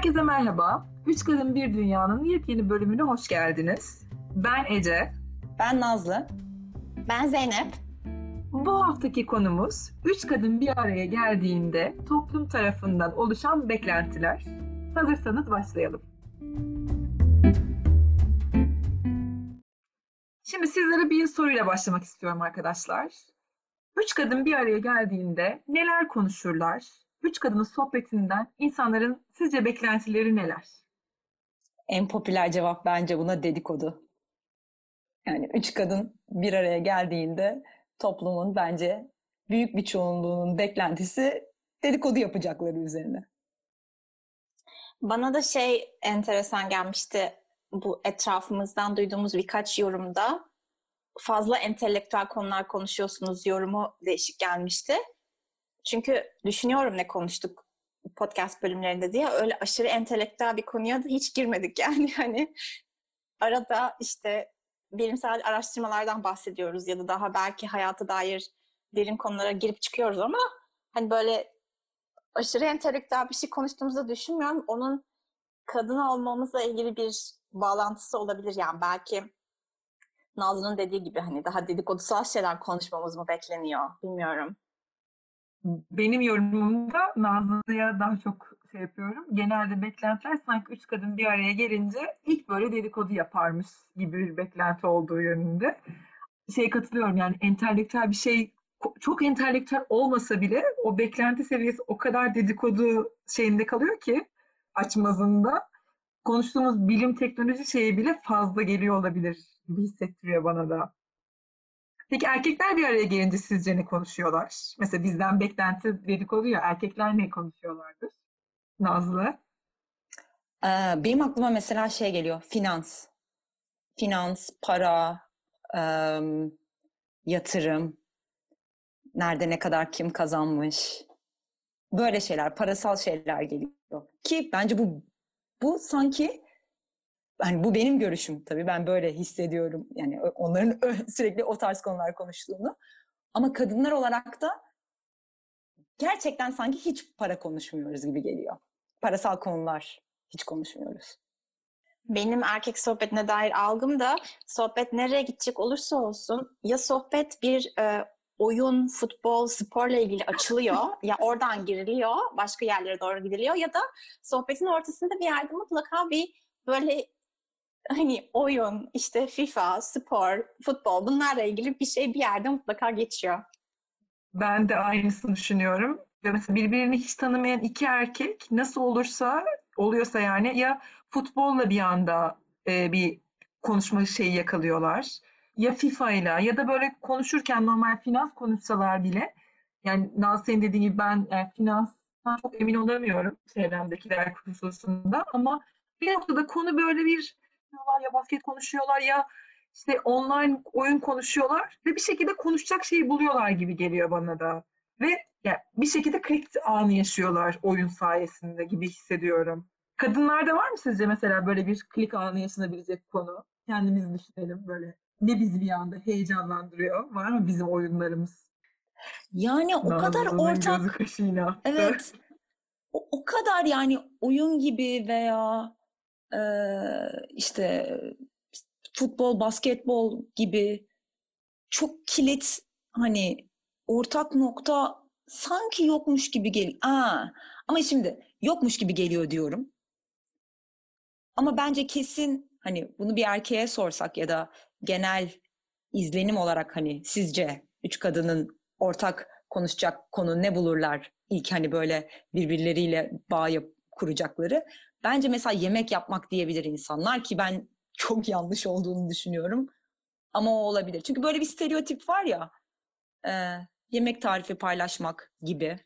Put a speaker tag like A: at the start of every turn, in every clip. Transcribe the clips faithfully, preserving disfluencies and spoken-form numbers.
A: Herkese merhaba. Üç Kadın Bir Dünya'nın yepyeni bölümüne hoş geldiniz. Ben Ece.
B: Ben Nazlı.
C: Ben Zeynep.
A: Bu haftaki konumuz üç kadın bir araya geldiğinde toplum tarafından oluşan beklentiler. Hazırsanız başlayalım. Şimdi sizlere bir soruyla başlamak istiyorum arkadaşlar. Üç kadın bir araya geldiğinde neler konuşurlar? Üç kadının sohbetinden insanların sizce beklentileri neler?
B: En popüler cevap bence buna dedikodu. Yani üç kadın bir araya geldiğinde toplumun bence büyük bir çoğunluğunun beklentisi dedikodu yapacakları üzerine.
C: Bana da şey enteresan gelmişti, bu etrafımızdan duyduğumuz birkaç yorumda fazla entelektüel konular konuşuyorsunuz yorumu değişik gelmişti. Çünkü düşünüyorum ne konuştuk podcast bölümlerinde diye, öyle aşırı entelektüel bir konuya da hiç girmedik yani. Hani arada işte bilimsel araştırmalardan bahsediyoruz ya da daha belki hayata dair derin konulara girip çıkıyoruz ama hani böyle aşırı entelektüel bir şey konuştuğumuzu düşünmüyorum. Onun kadın olmamızla ilgili bir bağlantısı olabilir yani. Belki Nazlı'nın dediği gibi hani daha dedikodusal şeyler konuşmamız mı bekleniyor bilmiyorum.
A: Benim yorumumda Nazlı'ya daha çok şey yapıyorum. Genelde beklentiler sanki üç kadın bir araya gelince ilk böyle dedikodu yaparmış gibi bir beklenti olduğu yönünde. Şey katılıyorum, yani entelektüel bir şey çok entelektüel olmasa bile o beklenti seviyesi o kadar dedikodu şeyinde kalıyor ki, açmazında. Konuştuğumuz bilim teknoloji şeyi bile fazla geliyor olabilir gibi hissettiriyor bana da. Peki erkekler bir araya gelince sizce ne konuşuyorlar? Mesela bizden beklenti dedikodu ya, erkekler ne konuşuyorlardır? Nazlı?
B: Ee, benim aklıma mesela şey geliyor, finans. Finans, para, ım, yatırım, nerede ne kadar kim kazanmış. Böyle şeyler, parasal şeyler geliyor. Ki bence bu bu sanki, hani bu benim görüşüm tabii, ben böyle hissediyorum. Yani onların sürekli o tarz konular konuştuğunu. Ama kadınlar olarak da gerçekten sanki hiç para konuşmuyoruz gibi geliyor. Parasal konular hiç konuşmuyoruz.
C: Benim erkek sohbetine dair algım da, sohbet nereye gidecek olursa olsun ya sohbet bir e, oyun, futbol, sporla ilgili açılıyor ya oradan giriliyor, başka yerlere doğru gidiliyor ya da sohbetin ortasında bir yerde mutlaka bir böyle hani oyun, işte FIFA, spor, futbol, bunlarla ilgili bir şey bir yerde mutlaka geçiyor.
A: Ben de aynısını düşünüyorum. Ve mesela birbirini hiç tanımayan iki erkek nasıl olursa oluyorsa, yani ya futbolla bir anda e, bir konuşma şeyi yakalıyorlar, ya FIFA'yla, ya da böyle konuşurken normal finans konuşsalar bile, yani Naz, senin dediğin gibi ben e, finanstan çok emin olamıyorum çevremdekiler hususunda, ama bir noktada konu böyle bir ya basket konuşuyorlar ya işte online oyun konuşuyorlar ve bir şekilde konuşacak şeyi buluyorlar gibi geliyor bana da. Ve ya bir şekilde klik anı yaşıyorlar oyun sayesinde gibi hissediyorum. Kadınlarda var mı sizce mesela böyle bir klik anı yaşanabilecek konu? Kendimizi düşünelim böyle. Ne bizi bir anda heyecanlandırıyor? Var mı bizim oyunlarımız?
B: Yani o kadar
A: Nazlı'nın gözü
B: ortak,
A: kaşıyla attı.
B: evet, o, o kadar yani oyun gibi veya e, işte futbol, basketbol gibi çok kilit, hani ortak nokta sanki yokmuş gibi geliyor. Aa, ama şimdi yokmuş gibi geliyor diyorum. Ama bence kesin, hani bunu bir erkeğe sorsak ya da genel izlenim olarak, hani sizce üç kadının ortak konuşacak konu ne bulurlar? İlk hani böyle birbirleriyle bağ yap- kuracakları. Bence mesela yemek yapmak diyebilir insanlar, ki ben çok yanlış olduğunu düşünüyorum. Ama o olabilir. Çünkü böyle bir stereotip var ya, e, yemek tarifi paylaşmak gibi.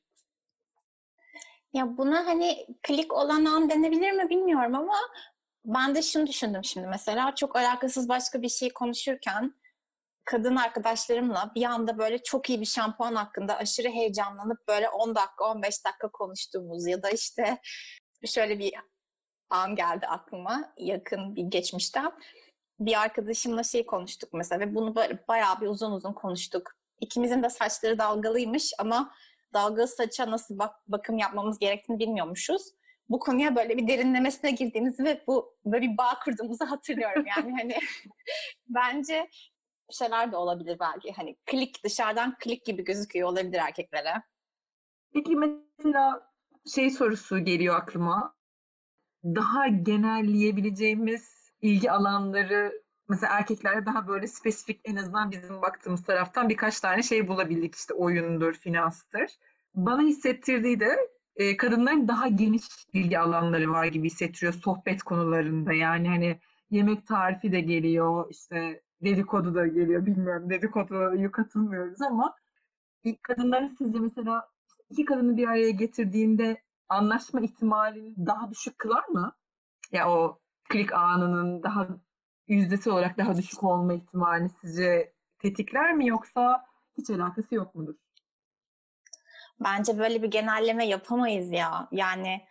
C: Ya buna hani klik olan an denebilir mi bilmiyorum ama ben de şunu düşündüm şimdi, mesela çok alakasız başka bir şey konuşurken kadın arkadaşlarımla bir anda böyle çok iyi bir şampuan hakkında aşırı heyecanlanıp böyle on dakika on beş dakika konuştuğumuz ya da işte şöyle bir an geldi aklıma yakın bir geçmişten. Bir arkadaşımla şey konuştuk mesela ve bunu böyle bayağı bir uzun uzun konuştuk. İkimizin de saçları dalgalıymış ama dalgalı saça nasıl bak bakım yapmamız gerektiğini bilmiyormuşuz. bu konuya böyle bir derinlemesine girdiğimizi ve bu böyle bir bağ kurduğumuzu hatırlıyorum. Yani hani bence bir şeyler de olabilir belki. Hani klik, dışarıdan klik gibi gözüküyor olabilir erkeklere.
A: Peki mesela şey sorusu geliyor aklıma. Daha genelleyebileceğimiz ilgi alanları, mesela erkeklerde daha böyle spesifik, en azından bizim baktığımız taraftan birkaç tane şey bulabildik. İşte oyundur, finanstır. Bana hissettirdiği de e, kadınların daha geniş ilgi alanları var gibi hissettiriyor sohbet konularında. Yani hani yemek tarifi de geliyor, işte dedikodu da geliyor. Bilmiyorum, dedikoduya katılmıyoruz ama ilk kadınların sizce mesela iki kadını bir araya getirdiğinde anlaşma ihtimalini daha düşük kılar mı? Ya o klik anının daha yüzdesi olarak daha düşük olma ihtimali sizce tetikler mi, yoksa hiç alakası yok mudur?
C: Bence böyle bir genelleme yapamayız ya. Yani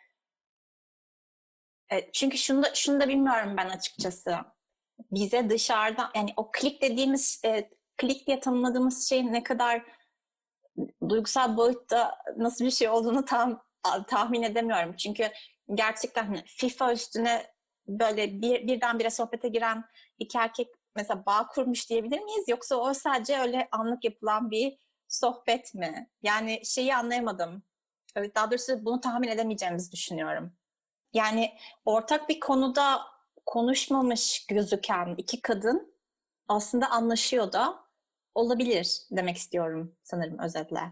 C: e, çünkü şunu da, şunu da bilmiyorum ben açıkçası. Bize dışarıdan yani o klik dediğimiz e, klik diye tanımladığımız şeyin ne kadar duygusal boyutta nasıl bir şey olduğunu tam tahmin edemiyorum. Çünkü gerçekten hani FIFA üstüne böyle bir, birdenbire sohbete giren iki erkek mesela bağ kurmuş diyebilir miyiz? Yoksa o sadece öyle anlık yapılan bir sohbet mi? Yani şeyi anlayamadım. Evet, daha doğrusu bunu tahmin edemeyeceğimizi düşünüyorum. Yani ortak bir konuda konuşmamış gözüken iki kadın aslında anlaşıyor da olabilir demek istiyorum sanırım özetle.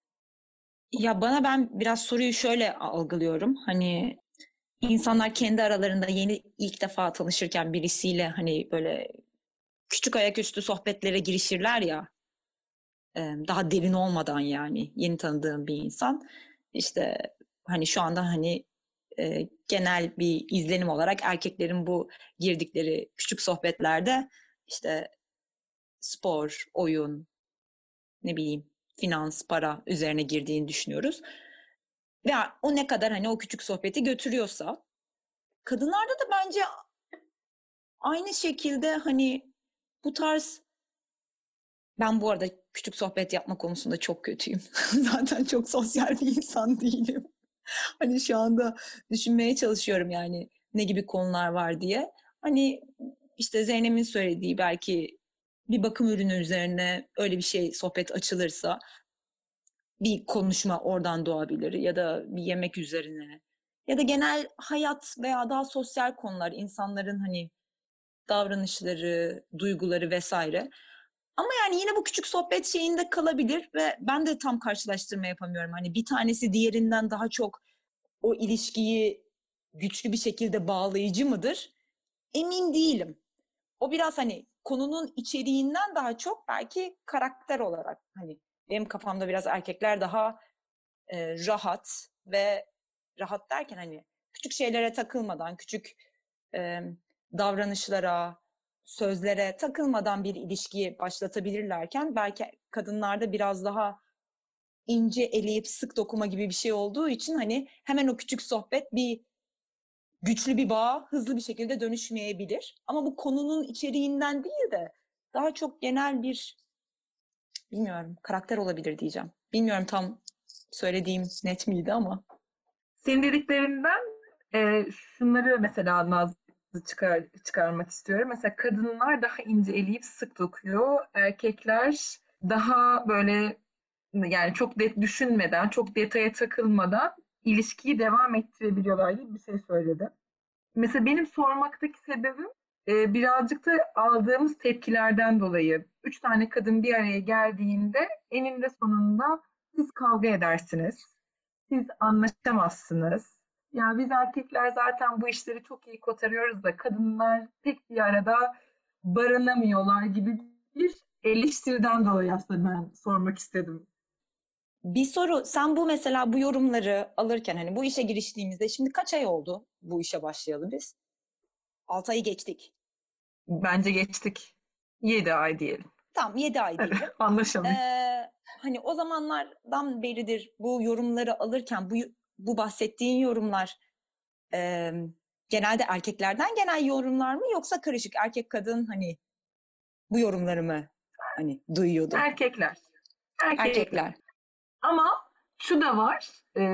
B: Ya bana ben biraz soruyu şöyle algılıyorum. Hani insanlar kendi aralarında yeni ilk defa tanışırken birisiyle hani böyle küçük ayaküstü sohbetlere girişirler ya. e, Daha derin olmadan yani yeni tanıdığım bir insan. İşte hani şu anda hani e, genel bir izlenim olarak erkeklerin bu girdikleri küçük sohbetlerde işte spor, oyun, ne bileyim finans, para üzerine girdiğini düşünüyoruz. Ve o ne kadar hani o küçük sohbeti götürüyorsa kadınlarda da bence aynı şekilde hani bu tarz ben bu arada küçük sohbet yapma konusunda çok kötüyüm. Zaten çok sosyal bir insan değilim. Hani şu anda düşünmeye çalışıyorum yani ne gibi konular var diye. Hani işte Zeynep'in söylediği belki bir bakım ürünü üzerine öyle bir şey sohbet açılırsa bir konuşma oradan doğabilir ya da bir yemek üzerine ya da genel hayat veya daha sosyal konular, insanların hani davranışları, duyguları vesaire. Ama yani yine bu küçük sohbet şeyinde kalabilir ve ben de tam karşılaştırma yapamıyorum. Hani bir tanesi diğerinden daha çok o ilişkiyi güçlü bir şekilde bağlayıcı mıdır? Emin değilim. O biraz hani konunun içeriğinden daha çok belki karakter olarak hani benim kafamda biraz erkekler daha e, rahat ve rahat derken hani küçük şeylere takılmadan, küçük e, davranışlara, sözlere takılmadan bir ilişkiyi başlatabilirlerken belki kadınlarda biraz daha ince eleyip sık dokuma gibi bir şey olduğu için hani hemen o küçük sohbet bir güçlü bir bağ hızlı bir şekilde dönüşmeyebilir. Ama bu konunun içeriğinden değil de daha çok genel bir bilmiyorum karakter olabilir diyeceğim. Bilmiyorum tam söylediğim net miydi ama.
A: Senin dediklerinden e, şunları mesela Nazlı çıkar, çıkarmak istiyorum. Mesela kadınlar daha ince eleyip sık dokuyor. Erkekler daha böyle, yani çok de, düşünmeden, çok detaya takılmadan ilişkiyi devam ettirebiliyorlar gibi bir şey söyledi. Mesela benim sormaktaki sebebim e, birazcık da aldığımız tepkilerden dolayı. Üç tane kadın bir araya geldiğinde eninde sonunda siz kavga edersiniz. Siz anlaşamazsınız. Yani biz erkekler zaten bu işleri çok iyi kotarıyoruz da kadınlar pek bir arada barınamıyorlar gibi bir eleştiriden dolayı aslında ben sormak istedim.
B: Bir soru, sen bu mesela bu yorumları alırken hani bu işe giriştiğimizde şimdi kaç ay oldu bu işe başlayalı biz? altı ayı geçtik.
A: Bence geçtik. Yedi ay diyelim.
B: Tamam yedi ay
A: Hadi
B: diyelim.
A: anlaşalım.
B: Ee, Hani o zamanlardan beridir bu yorumları alırken bu bu bahsettiğin yorumlar e, genelde erkeklerden genel yorumlar mı yoksa karışık erkek kadın hani bu yorumları mı hani duyuyordu?
A: Erkekler. Erkekler.
B: Erkekler.
A: Ama şu da var. e,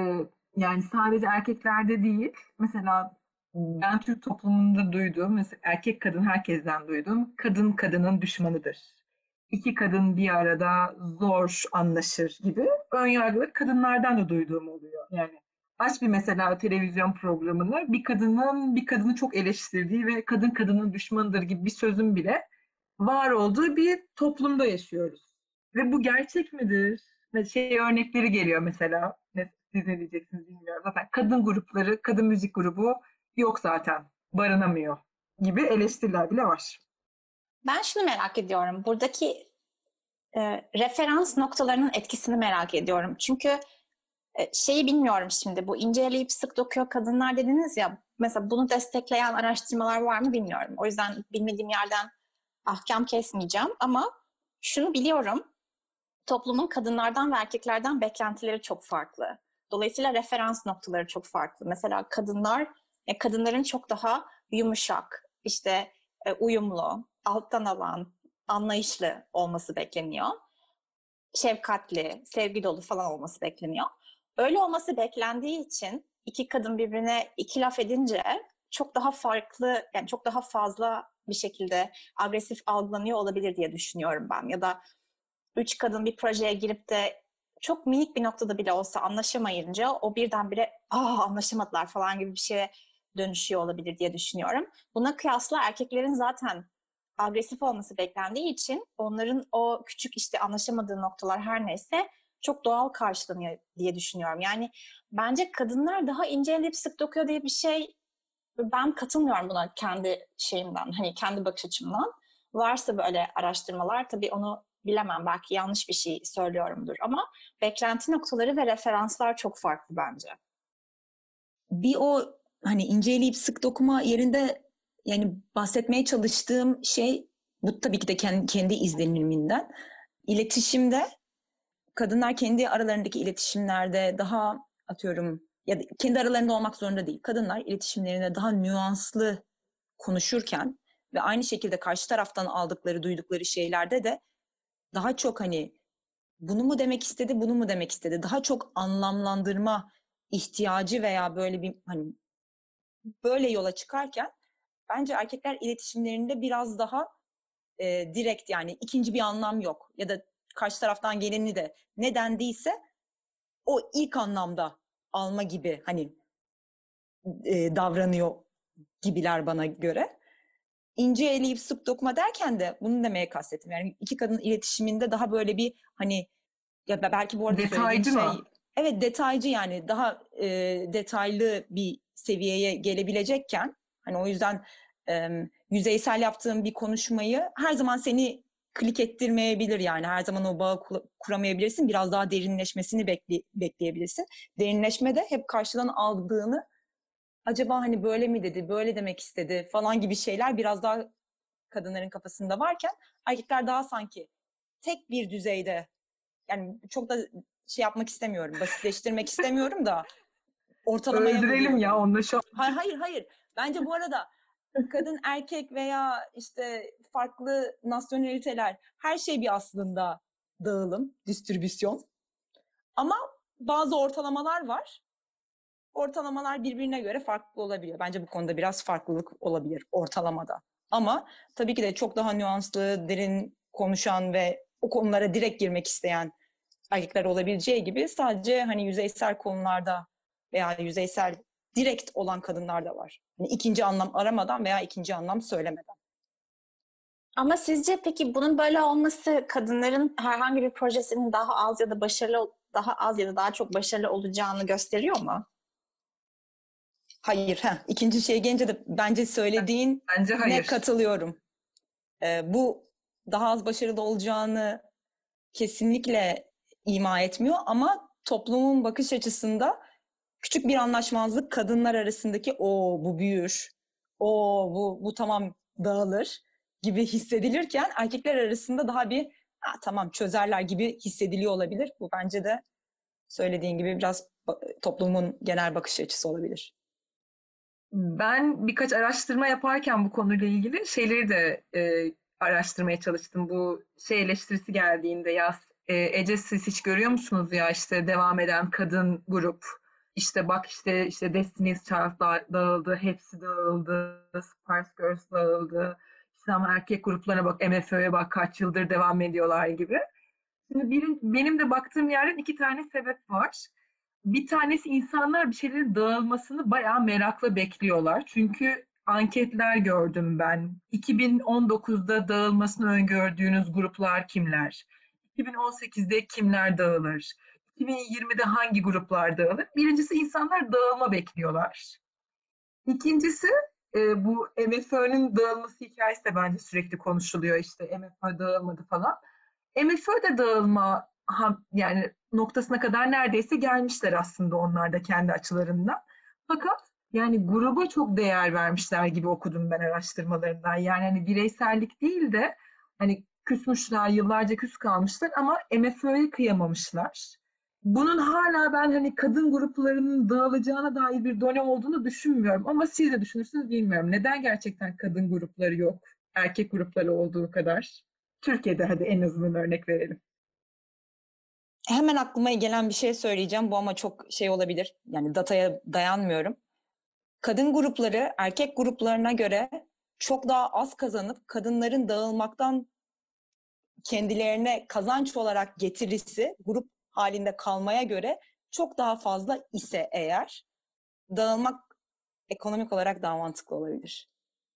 A: Yani sadece erkeklerde değil. Mesela ben Türk toplumunda duyduğum, mesela erkek kadın herkesten duydum. Kadın kadının düşmanıdır. İki kadın bir arada zor anlaşır gibi ön yargıları kadınlardan da duyduğum oluyor. Yani aç bir mesela televizyon programını, bir kadının bir kadını çok eleştirdiği ve kadın kadının düşmanıdır gibi bir sözün bile var olduğu bir toplumda yaşıyoruz. Ve bu gerçek midir? Ve şey örnekleri geliyor mesela. Ne, siz ne diyeceksiniz bilmiyorum. Zaten kadın grupları, kadın müzik grubu yok zaten. Barınamıyor gibi eleştiriler bile var.
C: Ben şunu merak ediyorum. Buradaki e, referans noktalarının etkisini merak ediyorum. Çünkü e, şeyi bilmiyorum şimdi. Bu ince eleyip sık dokuyor kadınlar dediniz ya. Mesela bunu destekleyen araştırmalar var mı bilmiyorum. O yüzden bilmediğim yerden ahkam kesmeyeceğim. Ama şunu biliyorum. Toplumun kadınlardan ve erkeklerden beklentileri çok farklı. Dolayısıyla referans noktaları çok farklı. Mesela kadınlar, e, kadınların çok daha yumuşak, işte e, uyumlu, alttan alan, anlayışlı olması bekleniyor. Şefkatli, sevgi dolu falan olması bekleniyor. Öyle olması beklendiği için iki kadın birbirine iki laf edince çok daha farklı, yani çok daha fazla bir şekilde agresif algılanıyor olabilir diye düşünüyorum ben. Ya da üç kadın bir projeye girip de çok minik bir noktada bile olsa anlaşamayınca o birdenbire aa anlaşamadılar falan gibi bir şeye dönüşüyor olabilir diye düşünüyorum. Buna kıyasla erkeklerin zaten agresif olması beklendiği için onların o küçük işte anlaşamadığı noktalar her neyse çok doğal karşılanıyor diye düşünüyorum. Yani bence kadınlar daha ince eleyip sık dokuyor diye bir şey, ben katılmıyorum buna kendi şeyimden, hani kendi bakış açımdan. Varsa böyle araştırmalar tabii onu bilemem, belki yanlış bir şey söylüyorumdur ama beklenti noktaları ve referanslar çok farklı bence.
B: Bir o hani inceleyip sık dokuma yerinde yani bahsetmeye çalıştığım şey bu tabii ki de kendi, kendi izleniminden. İletişimde kadınlar kendi aralarındaki iletişimlerde daha atıyorum ya da kendi aralarında olmak zorunda değil. Kadınlar iletişimlerinde daha nüanslı konuşurken ve aynı şekilde karşı taraftan aldıkları, duydukları şeylerde de daha çok hani bunu mu demek istedi, bunu mu demek istedi? Daha çok anlamlandırma ihtiyacı veya böyle bir hani böyle yola çıkarken bence erkekler iletişimlerinde biraz daha e, direkt yani ikinci bir anlam yok. Ya da karşı taraftan geleni de ne dendiyse o ilk anlamda alma gibi hani e, davranıyor gibiler bana göre. İnce eleyip sık dokuma derken de bunu demeye kastettim. Yani iki kadın iletişiminde daha böyle bir hani ya belki bu arada söylediğim
A: Detaycı
B: şey
A: mı?
B: evet detaycı yani daha e, detaylı bir seviyeye gelebilecekken hani o yüzden e, yüzeysel yaptığım bir konuşmayı her zaman seni klik ettirmeyebilir yani her zaman o bağı kuramayabilirsin. Biraz daha derinleşmesini bekle, bekleyebilirsin. Derinleşme de hep karşıdan aldığını acaba hani böyle mi dedi, böyle demek istedi falan gibi şeyler biraz daha kadınların kafasında varken erkekler daha sanki tek bir düzeyde yani çok da şey yapmak istemiyorum, basitleştirmek istemiyorum da ortalamaya
A: Öldürelim ya
B: vuruyorum.
A: onunla şu an.
B: Hayır hayır hayır. Bence bu arada kadın erkek veya işte farklı nasyonaliteler her şey bir aslında dağılım, distribüsyon. Ama bazı ortalamalar var. Ortalamalar birbirine göre farklı olabiliyor. Bence bu konuda biraz farklılık olabilir ortalamada. Ama tabii ki de çok daha nüanslı, derin konuşan ve o konulara direkt girmek isteyen erkekler olabileceği gibi sadece hani yüzeysel konularda veya yüzeysel direkt olan kadınlar da var. Yani ikinci anlam aramadan veya ikinci anlam söylemeden.
C: Ama sizce peki bunun böyle olması kadınların herhangi bir projesinin daha az ya da başarılı, daha az ya da daha çok başarılı olacağını gösteriyor mu?
B: Hayır, heh, ikinci şeye gelince de bence söylediğine
A: Bence hayır.
B: katılıyorum. Ee, bu daha az başarılı olacağını kesinlikle ima etmiyor ama toplumun bakış açısında küçük bir anlaşmazlık kadınlar arasındaki o bu büyür, o bu bu tamam dağılır gibi hissedilirken erkekler arasında daha bir ha, tamam çözerler gibi hissediliyor olabilir. Bu bence de söylediğin gibi biraz toplumun genel bakış açısı olabilir.
A: Ben birkaç araştırma yaparken bu konuyla ilgili şeyleri de e, araştırmaya çalıştım. Bu şey eleştirisi geldiğinde ya e, Ece siz hiç görüyor musunuz ya işte devam eden kadın grup işte bak işte işte Destiny's Child da- dağıldı, hepsi dağıldı, Spice Girls dağıldı. İşte ama erkek gruplarına bak, M F Ö'ye bak kaç yıldır devam ediyorlar gibi. Şimdi benim, benim de baktığım yerden iki tane sebep var. Bir tanesi insanlar bir şeylerin dağılmasını bayağı merakla bekliyorlar. Çünkü anketler gördüm ben. iki bin on dokuzda dağılmasını öngördüğünüz gruplar kimler? iki bin on sekizde kimler dağılır? iki bin yirmide hangi gruplar dağılır? Birincisi insanlar dağılma bekliyorlar. İkincisi e, bu M F Ö'nün dağılması hikayesi de bence sürekli konuşuluyor. İşte M F Ö dağılmadı falan. M F Ö de dağılma ha- yani noktasına kadar neredeyse gelmişler aslında onlar da kendi açılarından. Fakat yani gruba çok değer vermişler gibi okudum ben araştırmalarından. Yani hani bireysellik değil de hani küsmüşler, yıllarca küs kalmışlar ama M F Ö'ye kıyamamışlar. Bunun hala ben hani kadın gruplarının dağılacağına dair bir done olduğunu düşünmüyorum. Ama siz de düşünürsünüz bilmiyorum. Neden gerçekten kadın grupları yok? Erkek grupları olduğu kadar. Türkiye'de hadi en azından örnek verelim.
B: Hemen aklıma gelen bir şey söyleyeceğim. Bu ama çok şey olabilir. Yani dataya dayanmıyorum. Kadın grupları erkek gruplarına göre çok daha az kazanıp kadınların dağılmaktan kendilerine kazanç olarak getirisi grup halinde kalmaya göre çok daha fazla ise eğer dağılmak ekonomik olarak daha mantıklı olabilir.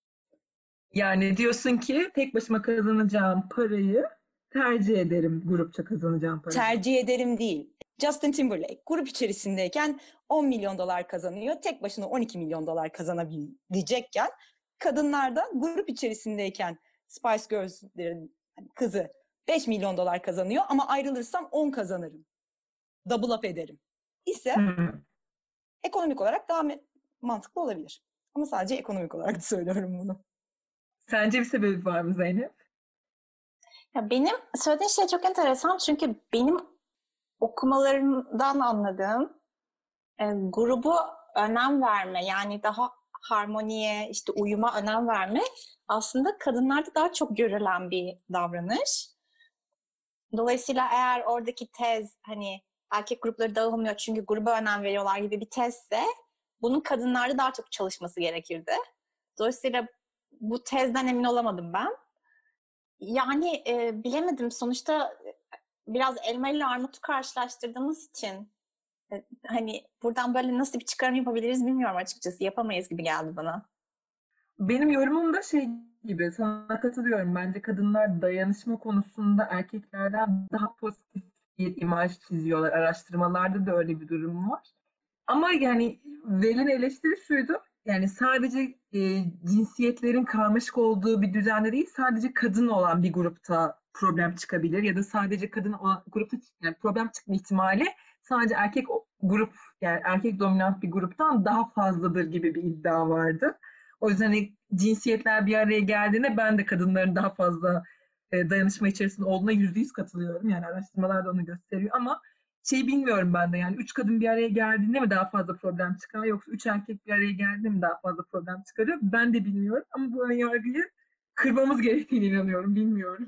A: Yani diyorsun ki tek başıma kazanacağım parayı tercih ederim grupça kazanacağım parayı.
B: Tercih ederim değil. Justin Timberlake grup içerisindeyken on milyon dolar kazanıyor. Tek başına on iki milyon dolar kazanabilecekken kadınlar da grup içerisindeyken Spice Girls'lerin kızı beş milyon dolar kazanıyor ama ayrılırsam on kazanırım. Double up ederim. İse
A: Hmm.
B: ekonomik olarak daha mantıklı olabilir. Ama sadece ekonomik olarak söylüyorum bunu.
A: Sence bir sebebi var mı Zeynep?
C: Ya benim söylediğin şey çok enteresan çünkü benim okumalarımdan anladığım e, grubu önem verme yani daha harmoniye işte uyuma önem verme aslında kadınlarda daha çok görülen bir davranış. Dolayısıyla eğer oradaki tez hani erkek grupları dağılmıyor çünkü gruba önem veriyorlar gibi bir tezse bunun kadınlarda daha çok çalışması gerekirdi. Dolayısıyla bu tezden emin olamadım ben. Yani e, bilemedim sonuçta biraz elma ile armutu karşılaştırdığımız için e, hani buradan böyle nasıl bir çıkarım yapabiliriz bilmiyorum açıkçası. Yapamayız gibi geldi bana.
A: Benim yorumum da şey gibi, sana katılıyorum. Bence kadınlar dayanışma konusunda erkeklerden daha pozitif bir imaj çiziyorlar. Araştırmalarda da öyle bir durum var. Ama yani verilen eleştiri şuydu. Yani sadece e, cinsiyetlerin karmaşık olduğu bir düzende değil, sadece kadın olan bir grupta problem çıkabilir ya da sadece kadın olan grupta yani problem çıkma ihtimali sadece erkek grup yani erkek dominant bir gruptan daha fazladır gibi bir iddia vardı. O yüzden hani cinsiyetler bir araya geldiğinde ben de kadınların daha fazla e, dayanışma içerisinde olduğuna yüzde yüz katılıyorum. Yani araştırmalar da onu gösteriyor ama şey bilmiyorum ben de yani üç kadın bir araya geldiğinde mi daha fazla problem çıkar yoksa üç erkek bir araya geldiğinde mi daha fazla problem çıkarıyor ben de bilmiyorum ama bu önyargıyı kırmamız gerektiğine inanıyorum bilmiyorum.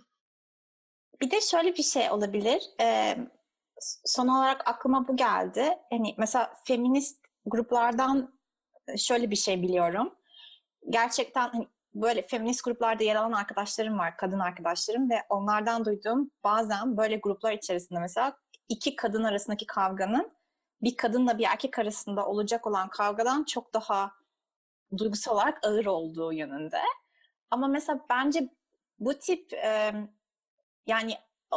C: Bir de şöyle bir şey olabilir. Ee, son olarak aklıma bu geldi. Hani mesela feminist gruplardan şöyle bir şey biliyorum. Gerçekten hani böyle feminist gruplarda yer alan arkadaşlarım var, kadın arkadaşlarım ve onlardan duyduğum bazen böyle gruplar içerisinde mesela iki kadın arasındaki kavganın bir kadınla bir erkek arasında olacak olan kavgadan çok daha duygusal olarak ağır olduğu yönünde. Ama mesela bence bu tip e, yani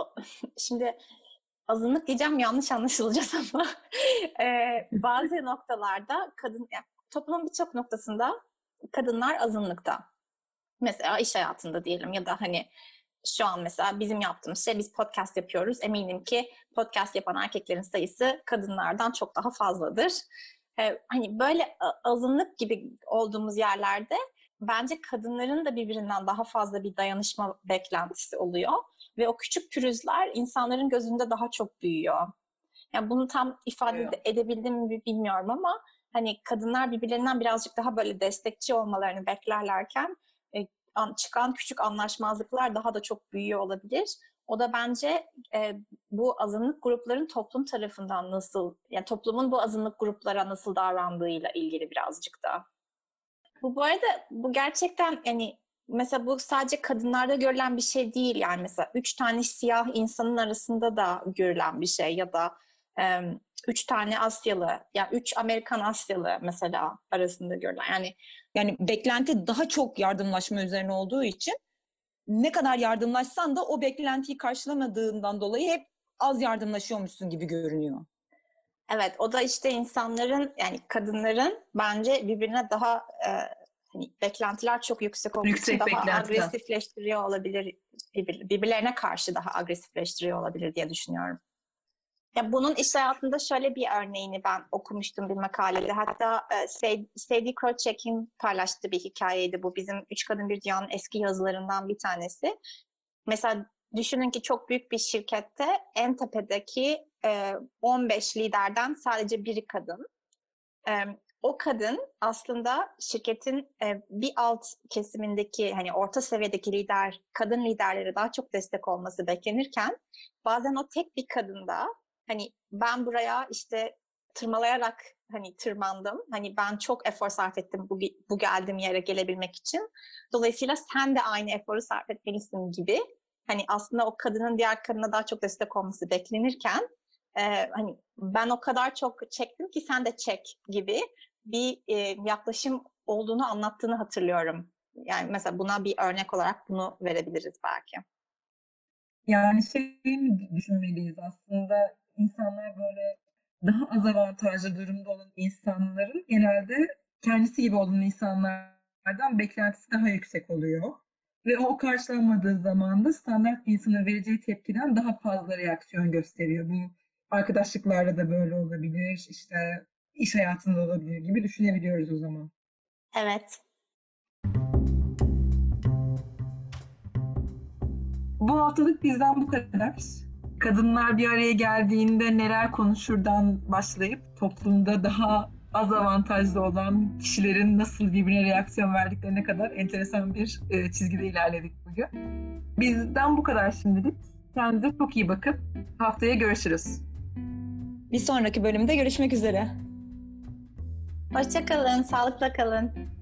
C: şimdi azınlık diyeceğim yanlış anlaşılacağız ama e, bazı noktalarda kadın yani toplumun birçok noktasında kadınlar azınlıkta. Mesela iş hayatında diyelim ya da hani şu an mesela bizim yaptığımız şey biz podcast yapıyoruz. Eminim ki podcast yapan erkeklerin sayısı kadınlardan çok daha fazladır. Ee, hani böyle azınlık gibi olduğumuz yerlerde bence kadınların da birbirinden daha fazla bir dayanışma beklentisi oluyor. Ve o küçük pürüzler insanların gözünde daha çok büyüyor. Yani bunu tam ifade
A: Evet.
C: edebildim mi bilmiyorum ama hani kadınlar birbirlerinden birazcık daha böyle destekçi olmalarını beklerlerken e, çıkan küçük anlaşmazlıklar daha da çok büyüyor olabilir. O da bence e, bu azınlık grupların toplum tarafından nasıl, yani toplumun bu azınlık gruplara nasıl davrandığıyla ilgili birazcık da. Bu bu arada bu gerçekten hani mesela bu sadece kadınlarda görülen bir şey değil, yani mesela üç tane siyah insanın arasında da görülen bir şey ya da e, üç tane Asyalı, yani üç Amerikan Asyalı mesela arasında görülen, yani
B: Yani beklenti daha çok yardımlaşma üzerine olduğu için ne kadar yardımlaşsan da o beklentiyi karşılamadığından dolayı hep az yardımlaşıyormuşsun gibi görünüyor.
C: evet, o da işte insanların, yani kadınların bence birbirine daha e, hani beklentiler çok yüksek olduğu için
A: Yüksek
C: daha
A: beklentiler.
C: agresifleştiriyor olabilir, birbir- birbirlerine karşı daha agresifleştiriyor olabilir diye düşünüyorum. Ya bunun iş hayatında şöyle bir örneğini ben okumuştum bir makalede. Hatta e, Sadie Krouchek'in paylaştığı bir hikayeydi bu. Bizim Üç Kadın Bir Dünyanın eski yazılarından bir tanesi. Mesela düşünün ki çok büyük bir şirkette en tepedeki e, on beş liderden sadece biri kadın. E, o kadın aslında şirketin e, bir alt kesimindeki, hani orta seviyedeki lider, kadın liderlere daha çok destek olması beklenirken bazen o tek bir kadında hani ben buraya işte tırmalayarak hani tırmandım. Hani ben çok efor sarf ettim bu, bu geldiğim yere gelebilmek için. Dolayısıyla sen de aynı eforu sarf etmelisin gibi. Hani aslında o kadının diğer kadına daha çok destek olması beklenirken e, hani ben o kadar çok çektim ki sen de çek gibi bir e, yaklaşım olduğunu anlattığını hatırlıyorum. Yani mesela buna bir örnek olarak bunu verebiliriz belki.
A: Yani şey mi düşünmeliyiz aslında, insanlar böyle daha az avantajlı durumda olan insanların genelde kendisi gibi olan insanlardan beklentisi daha yüksek oluyor. Ve o karşılanmadığı zaman da standart bir insanın vereceği tepkiden daha fazla reaksiyon gösteriyor. Bu arkadaşlıklarda da böyle olabilir, işte iş hayatında olabilir gibi düşünebiliyoruz o zaman.
C: Evet.
A: Bu haftalık bizden bu kadar. Kadınlar bir araya geldiğinde neler konuşurdan başlayıp toplumda daha az avantajlı olan kişilerin nasıl birbirine reaksiyon verdiklerine kadar enteresan bir e, çizgide ilerledik bugün. Bizden bu kadar şimdilik. Kendinize çok iyi bakın. Haftaya görüşürüz.
B: Bir sonraki bölümde görüşmek üzere.
C: Hoşça kalın, sağlıkla kalın.